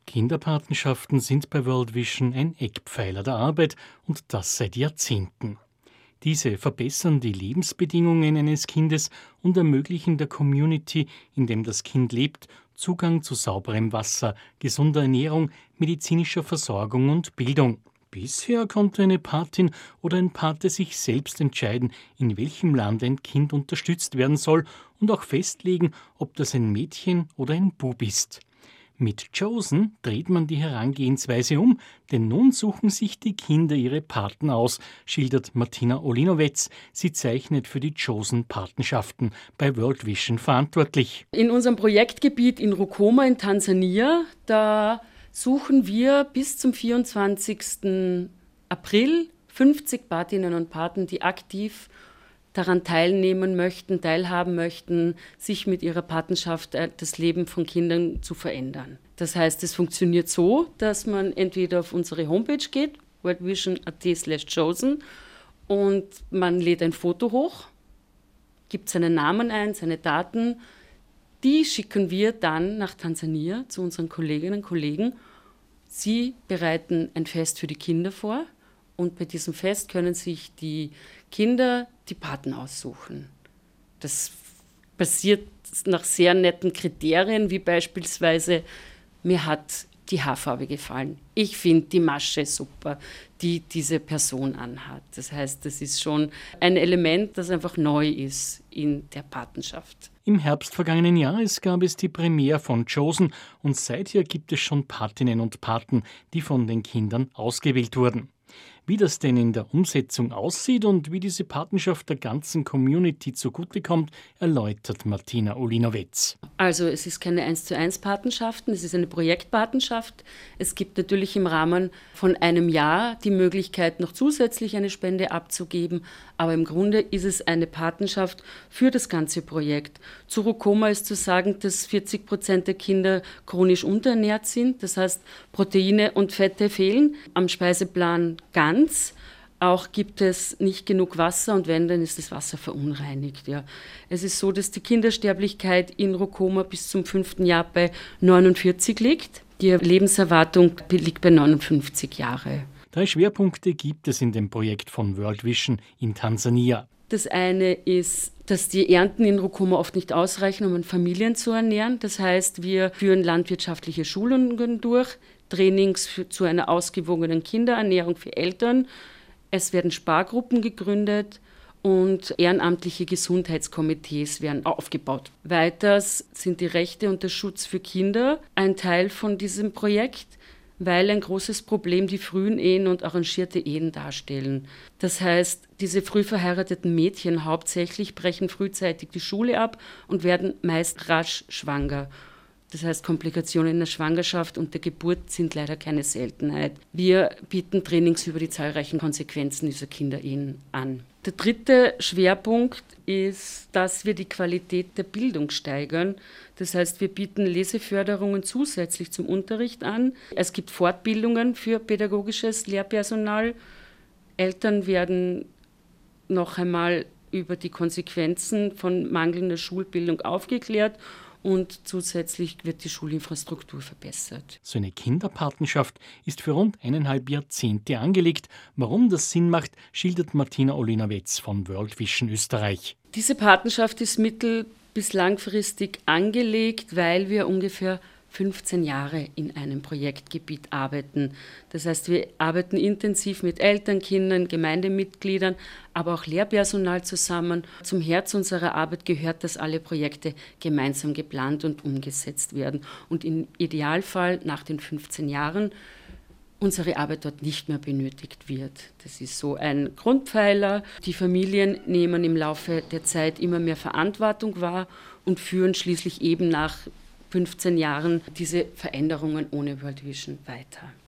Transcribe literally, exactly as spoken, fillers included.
Kinderpatenschaften sind bei World Vision ein Eckpfeiler der Arbeit und das seit Jahrzehnten. Diese verbessern die Lebensbedingungen eines Kindes und ermöglichen der Community, in dem das Kind lebt, Zugang zu sauberem Wasser, gesunder Ernährung, medizinischer Versorgung und Bildung. Bisher konnte eine Patin oder ein Pate sich selbst entscheiden, in welchem Land ein Kind unterstützt werden soll und auch festlegen, ob das ein Mädchen oder ein Bub ist. Mit Chosen dreht man die Herangehensweise um, denn nun suchen sich die Kinder ihre Paten aus, schildert Martina Olinowetz. Sie zeichnet für die Chosen-Patenschaften bei World Vision verantwortlich. In unserem Projektgebiet in Rukoma in Tansania, da suchen wir bis zum vierundzwanzigsten April fünfzig Patinnen und Paten, die aktiv daran teilnehmen möchten, teilhaben möchten, sich mit ihrer Patenschaft das Leben von Kindern zu verändern. Das heißt, es funktioniert so, dass man entweder auf unsere Homepage geht, worldvision punkt at slash chosen, und man lädt ein Foto hoch, gibt seinen Namen ein, seine Daten. Die schicken wir dann nach Tansania zu unseren Kolleginnen und Kollegen. Sie bereiten ein Fest für die Kinder vor und bei diesem Fest können sich die Kinder die Paten aussuchen. Das passiert nach sehr netten Kriterien, wie beispielsweise, mir hat die Haarfarbe gefallen. Ich finde die Masche super, die diese Person anhat. Das heißt, das ist schon ein Element, das einfach neu ist in der Patenschaft. Im Herbst vergangenen Jahres gab es die Premiere von Chosen und seither gibt es schon Patinnen und Paten, die von den Kindern ausgewählt wurden. Wie das denn in der Umsetzung aussieht und wie diese Patenschaft der ganzen Community zugutekommt, erläutert Martina Olinowetz. Also es ist keine eins zu eins Patenschaften, es ist eine Projektpatenschaft. Es gibt natürlich im Rahmen von einem Jahr die Möglichkeit, noch zusätzlich eine Spende abzugeben, aber im Grunde ist es eine Patenschaft für das ganze Projekt. Zu Rukoma ist zu sagen, dass vierzig Prozent der Kinder chronisch unterernährt sind, das heißt Proteine und Fette fehlen am Speiseplan ganz. Auch gibt es nicht genug Wasser und wenn, dann ist das Wasser verunreinigt. Ja. Es ist so, dass die Kindersterblichkeit in Rukoma bis zum fünften Jahr bei neunundvierzig liegt. Die Lebenserwartung liegt bei neunundfünfzig Jahre. Drei Schwerpunkte gibt es in dem Projekt von World Vision in Tansania. Das eine ist, dass die Ernten in Rukoma oft nicht ausreichen, um Familien zu ernähren. Das heißt, wir führen landwirtschaftliche Schulungen durch, Trainings für, zu einer ausgewogenen Kinderernährung für Eltern. Es werden Spargruppen gegründet und ehrenamtliche Gesundheitskomitees werden aufgebaut. Weiters sind die Rechte und der Schutz für Kinder ein Teil von diesem Projekt, weil ein großes Problem die frühen Ehen und arrangierte Ehen darstellen. Das heißt, diese früh verheirateten Mädchen hauptsächlich brechen frühzeitig die Schule ab und werden meist rasch schwanger. Das heißt, Komplikationen in der Schwangerschaft und der Geburt sind leider keine Seltenheit. Wir bieten Trainings über die zahlreichen Konsequenzen dieser Kinderehen an. Der dritte Schwerpunkt ist, dass wir die Qualität der Bildung steigern. Das heißt, wir bieten Leseförderungen zusätzlich zum Unterricht an. Es gibt Fortbildungen für pädagogisches Lehrpersonal. Eltern werden noch einmal über die Konsequenzen von mangelnder Schulbildung aufgeklärt. Und zusätzlich wird die Schulinfrastruktur verbessert. So eine Kinderpatenschaft ist für rund eineinhalb Jahrzehnte angelegt. Warum das Sinn macht, schildert Martina Olinowetz von World Vision Österreich. Diese Patenschaft ist mittel- bis langfristig angelegt, weil wir ungefähr fünfzehn Jahre in einem Projektgebiet arbeiten. Das heißt, wir arbeiten intensiv mit Eltern, Kindern, Gemeindemitgliedern, aber auch Lehrpersonal zusammen. Zum Herz unserer Arbeit gehört, dass alle Projekte gemeinsam geplant und umgesetzt werden. Und im Idealfall nach den fünfzehn Jahren unsere Arbeit dort nicht mehr benötigt wird. Das ist so ein Grundpfeiler. Die Familien nehmen im Laufe der Zeit immer mehr Verantwortung wahr und führen schließlich eben nach fünfzehn Jahren diese Veränderungen ohne World Vision weiter.